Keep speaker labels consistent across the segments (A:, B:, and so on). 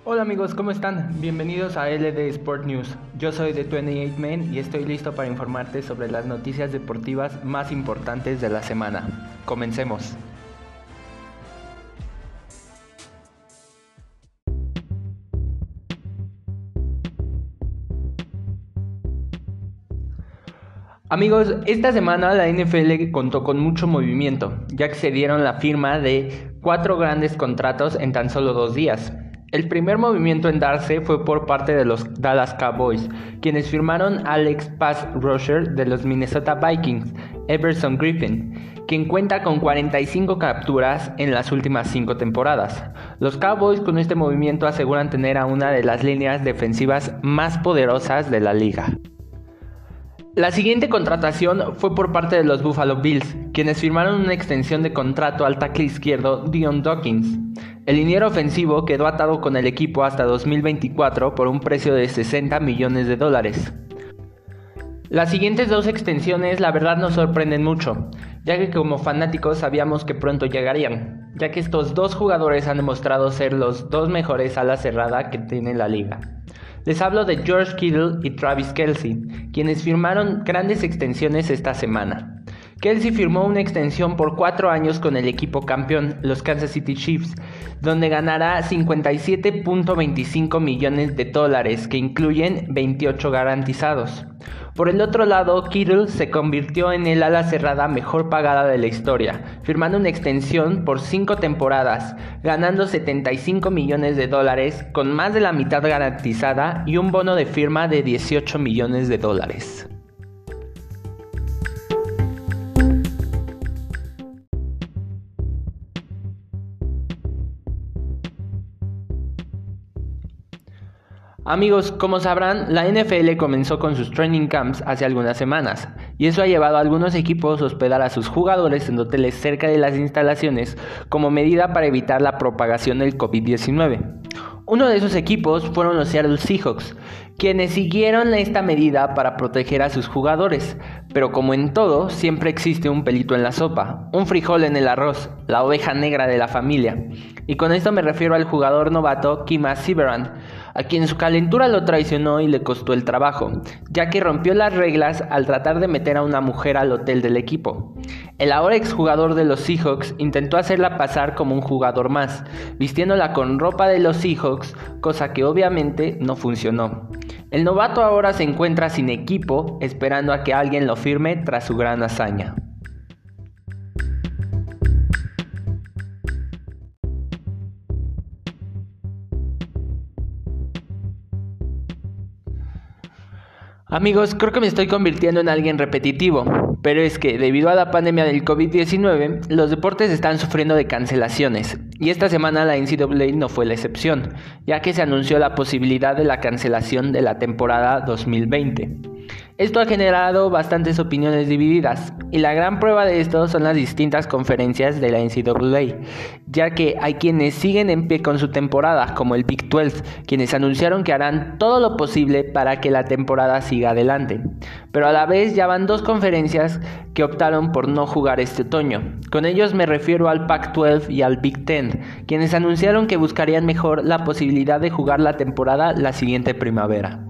A: Hola amigos, ¿cómo están? Bienvenidos a LD Sport News. Yo soy de 28 Men y estoy listo para informarte sobre las noticias deportivas más importantes de la semana. Comencemos. Amigos, esta semana la NFL contó con mucho movimiento, ya que se dieron la firma de 4 grandes contratos en tan solo 2 días. El primer movimiento en darse fue por parte de los Dallas Cowboys, quienes firmaron al ex pass rusher de los Minnesota Vikings, Everson Griffin, quien cuenta con 45 capturas en las últimas 5 temporadas. Los Cowboys con este movimiento aseguran tener a una de las líneas defensivas más poderosas de la liga. La siguiente contratación fue por parte de los Buffalo Bills, quienes firmaron una extensión de contrato al tackle izquierdo Dion Dawkins. El liniero ofensivo quedó atado con el equipo hasta 2024 por un precio de $60 millones. Las siguientes 2 extensiones la verdad nos sorprenden mucho, ya que como fanáticos sabíamos que pronto llegarían, ya que estos 2 jugadores han demostrado ser los 2 mejores alas cerradas que tiene la liga. Les hablo de George Kittle y Travis Kelce, quienes firmaron grandes extensiones esta semana. Kelce firmó una extensión por 4 años con el equipo campeón, los Kansas City Chiefs, donde ganará $57.25 millones, que incluyen 28 garantizados. Por el otro lado, Kittle se convirtió en el ala cerrada mejor pagada de la historia, firmando una extensión por 5 temporadas, ganando $75 millones, con más de la mitad garantizada y un bono de firma de $18 millones. Amigos, como sabrán, la NFL comenzó con sus training camps hace algunas semanas, y eso ha llevado a algunos equipos a hospedar a sus jugadores en hoteles cerca de las instalaciones como medida para evitar la propagación del COVID-19. Uno de esos equipos fueron los Seattle Seahawks, quienes siguieron esta medida para proteger a sus jugadores, pero como en todo, siempre existe un pelito en la sopa, un frijol en el arroz, la oveja negra de la familia. Y con esto me refiero al jugador novato Kemah Siverand, a quien su calentura lo traicionó y le costó el trabajo, ya que rompió las reglas al tratar de meter a una mujer al hotel del equipo. El ahora exjugador de los Seahawks intentó hacerla pasar como un jugador más, vistiéndola con ropa de los Seahawks, cosa que obviamente no funcionó. El novato ahora se encuentra sin equipo, esperando a que alguien lo firme tras su gran hazaña. Amigos, creo que me estoy convirtiendo en alguien repetitivo, pero es que debido a la pandemia del COVID-19, los deportes están sufriendo de cancelaciones, y esta semana la NCAA no fue la excepción, ya que se anunció la posibilidad de la cancelación de la temporada 2020. Esto ha generado bastantes opiniones divididas, y la gran prueba de esto son las distintas conferencias de la NCAA, ya que hay quienes siguen en pie con su temporada, como el Big 12, quienes anunciaron que harán todo lo posible para que la temporada siga adelante. Pero a la vez ya van 2 conferencias que optaron por no jugar este otoño. Con ellos me refiero al Pac-12 y al Big 10, quienes anunciaron que buscarían mejor la posibilidad de jugar la temporada la siguiente primavera.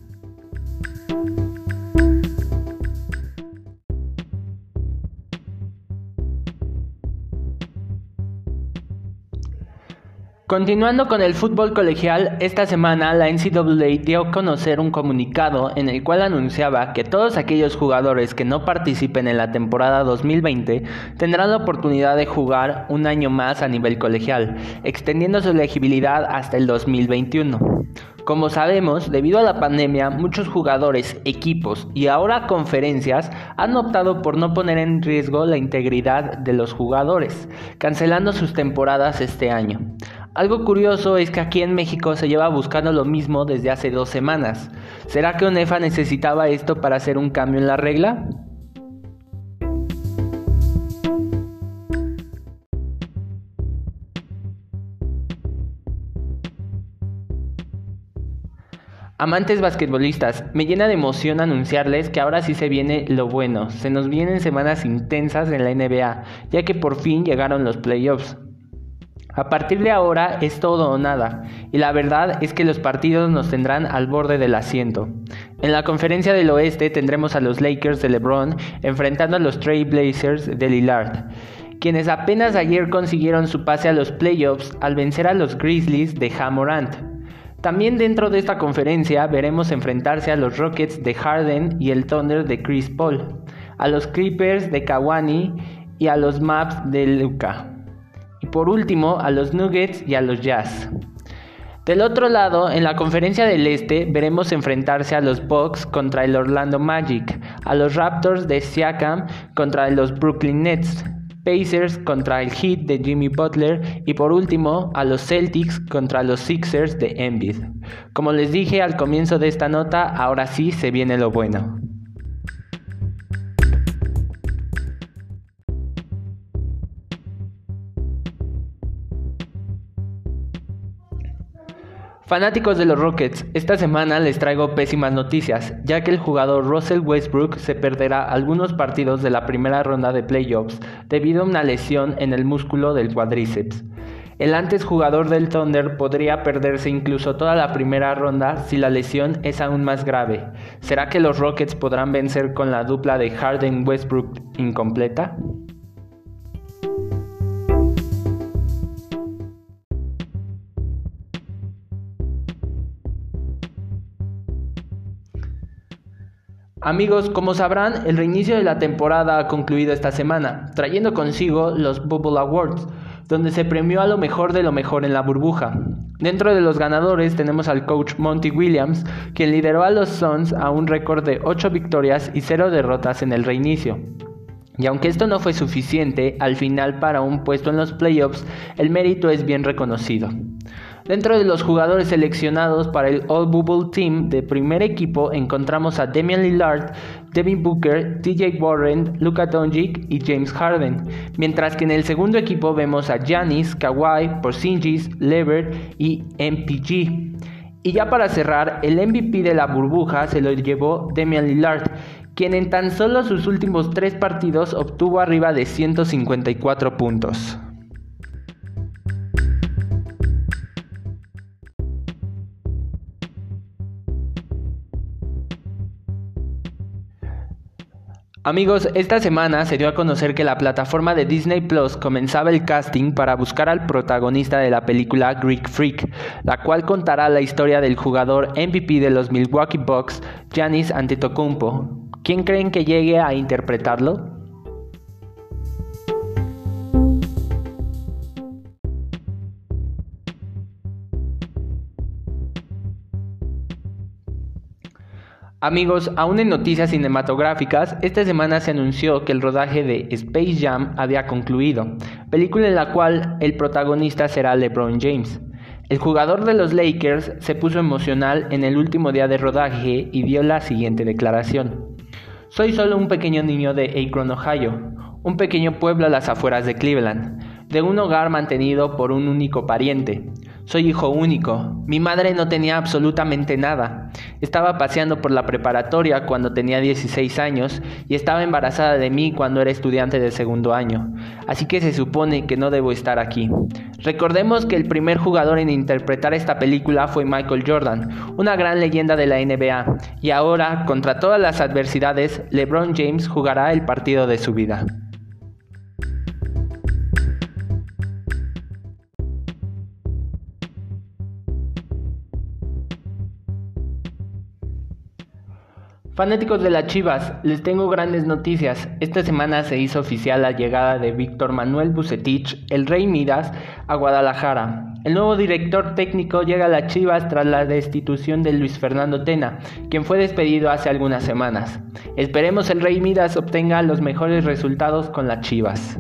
A: Continuando con el fútbol colegial, esta semana la NCAA dio a conocer un comunicado en el cual anunciaba que todos aquellos jugadores que no participen en la temporada 2020 tendrán la oportunidad de jugar un año más a nivel colegial, extendiendo su elegibilidad hasta el 2021. Como sabemos, debido a la pandemia, muchos jugadores, equipos y ahora conferencias han optado por no poner en riesgo la integridad de los jugadores, cancelando sus temporadas este año. Algo curioso es que aquí en México se lleva buscando lo mismo desde hace 2 semanas. ¿Será que UNEFA necesitaba esto para hacer un cambio en la regla? Amantes basquetbolistas, me llena de emoción anunciarles que ahora sí se viene lo bueno. Se nos vienen semanas intensas en la NBA, ya que por fin llegaron los playoffs. A partir de ahora es todo o nada, y la verdad es que los partidos nos tendrán al borde del asiento. En la conferencia del oeste tendremos a los Lakers de LeBron enfrentando a los Trail Blazers de Lillard, quienes apenas ayer consiguieron su pase a los playoffs al vencer a los Grizzlies de Ja Morant. También dentro de esta conferencia veremos enfrentarse a los Rockets de Harden y el Thunder de Chris Paul, a los Clippers de Kawhi y a los Mavs de Luka. Y por último, a los Nuggets y a los Jazz. Del otro lado, en la conferencia del este, veremos enfrentarse a los Bucks contra el Orlando Magic, a los Raptors de Siakam contra los Brooklyn Nets, Pacers contra el Heat de Jimmy Butler y por último, a los Celtics contra los Sixers de Embiid. Como les dije al comienzo de esta nota, ahora sí se viene lo bueno. Fanáticos de los Rockets, esta semana les traigo pésimas noticias, ya que el jugador Russell Westbrook se perderá algunos partidos de la primera ronda de playoffs debido a una lesión en el músculo del cuádriceps. El antes jugador del Thunder podría perderse incluso toda la primera ronda si la lesión es aún más grave. ¿Será que los Rockets podrán vencer con la dupla de Harden-Westbrook incompleta? Amigos, como sabrán, el reinicio de la temporada ha concluido esta semana, trayendo consigo los Bubble Awards, donde se premió a lo mejor de lo mejor en la burbuja. Dentro de los ganadores tenemos al coach Monty Williams, quien lideró a los Suns a un récord de 8 victorias y 0 derrotas en el reinicio. Y aunque esto no fue suficiente, al final para un puesto en los playoffs, el mérito es bien reconocido. Dentro de los jugadores seleccionados para el All-Bubble Team de primer equipo encontramos a Damian Lillard, Devin Booker, TJ Warren, Luka Doncic y James Harden, mientras que en el segundo equipo vemos a Giannis, Kawhi, Porzingis, Levert y MPG. Y ya para cerrar, el MVP de la burbuja se lo llevó Damian Lillard, quien en tan solo sus últimos 3 partidos obtuvo arriba de 154 puntos. Amigos, esta semana se dio a conocer que la plataforma de Disney Plus comenzaba el casting para buscar al protagonista de la película Greek Freak, la cual contará la historia del jugador MVP de los Milwaukee Bucks, Giannis Antetokounmpo. ¿Quién creen que llegue a interpretarlo? Amigos, aún en noticias cinematográficas, esta semana se anunció que el rodaje de Space Jam había concluido, película en la cual el protagonista será LeBron James. El jugador de los Lakers se puso emocional en el último día de rodaje y dio la siguiente declaración: "Soy solo un pequeño niño de Akron, Ohio, un pequeño pueblo a las afueras de Cleveland, de un hogar mantenido por un único pariente. Soy hijo único. Mi madre no tenía absolutamente nada. Estaba paseando por la preparatoria cuando tenía 16 años y estaba embarazada de mí cuando era estudiante de segundo año. Así que se supone que no debo estar aquí". Recordemos que el primer jugador en interpretar esta película fue Michael Jordan, una gran leyenda de la NBA, y ahora, contra todas las adversidades, LeBron James jugará el partido de su vida. Fanáticos de las Chivas, les tengo grandes noticias. Esta semana se hizo oficial la llegada de Víctor Manuel Vucetich, el Rey Midas, a Guadalajara. El nuevo director técnico llega a las Chivas tras la destitución de Luis Fernando Tena, quien fue despedido hace algunas semanas. Esperemos el Rey Midas obtenga los mejores resultados con las Chivas.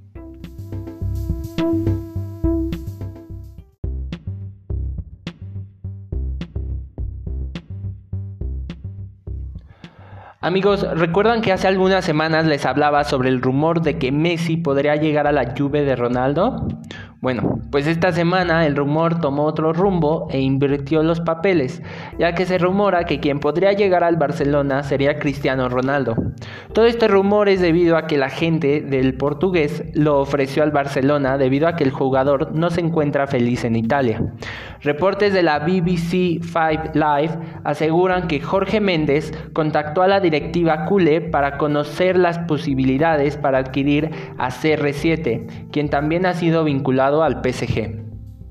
A: Amigos, ¿recuerdan que hace algunas semanas les hablaba sobre el rumor de que Messi podría llegar a la Juve de Ronaldo? Bueno, pues esta semana el rumor tomó otro rumbo e invirtió los papeles, ya que se rumora que quien podría llegar al Barcelona sería Cristiano Ronaldo. Todo este rumor es debido a que la gente del portugués lo ofreció al Barcelona debido a que el jugador no se encuentra feliz en Italia. Reportes de la BBC 5 Live aseguran que Jorge Méndez contactó a la directiva culé para conocer las posibilidades para adquirir a CR7, quien también ha sido vinculado al PSG.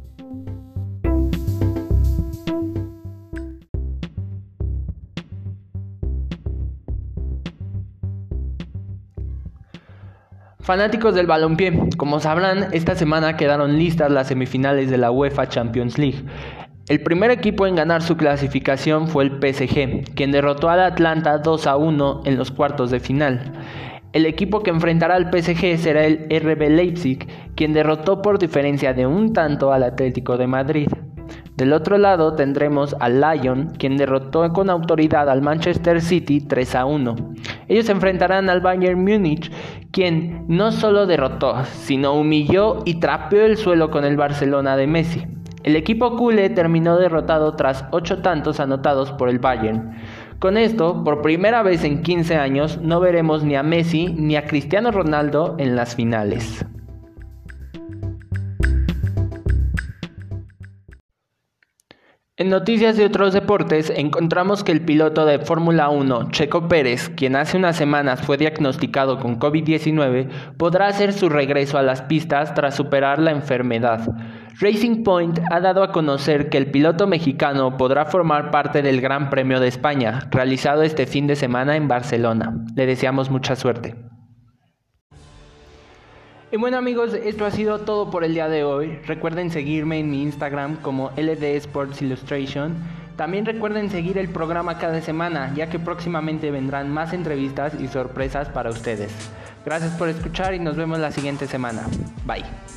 A: Fanáticos del balompié, como sabrán, esta semana quedaron listas las semifinales de la UEFA Champions League. El primer equipo en ganar su clasificación fue el PSG, quien derrotó al Atlanta 2-1 en los cuartos de final. El equipo que enfrentará al PSG será el RB Leipzig, quien derrotó por diferencia de un tanto al Atlético de Madrid. Del otro lado tendremos al Lyon, quien derrotó con autoridad al Manchester City 3-1. Ellos se enfrentarán al Bayern Múnich, quien no solo derrotó, sino humilló y trapeó el suelo con el Barcelona de Messi. El equipo culé terminó derrotado tras 8 tantos anotados por el Bayern. Con esto, por primera vez en 15 años, no veremos ni a Messi ni a Cristiano Ronaldo en las finales. En noticias de otros deportes, encontramos que el piloto de Fórmula 1, Checo Pérez, quien hace unas semanas fue diagnosticado con COVID-19, podrá hacer su regreso a las pistas tras superar la enfermedad. Racing Point ha dado a conocer que el piloto mexicano podrá formar parte del Gran Premio de España, realizado este fin de semana en Barcelona. Le deseamos mucha suerte. Y bueno amigos, esto ha sido todo por el día de hoy. Recuerden seguirme en mi Instagram como LD Sports Illustration. También recuerden seguir el programa cada semana, ya que próximamente vendrán más entrevistas y sorpresas para ustedes. Gracias por escuchar y nos vemos la siguiente semana. Bye.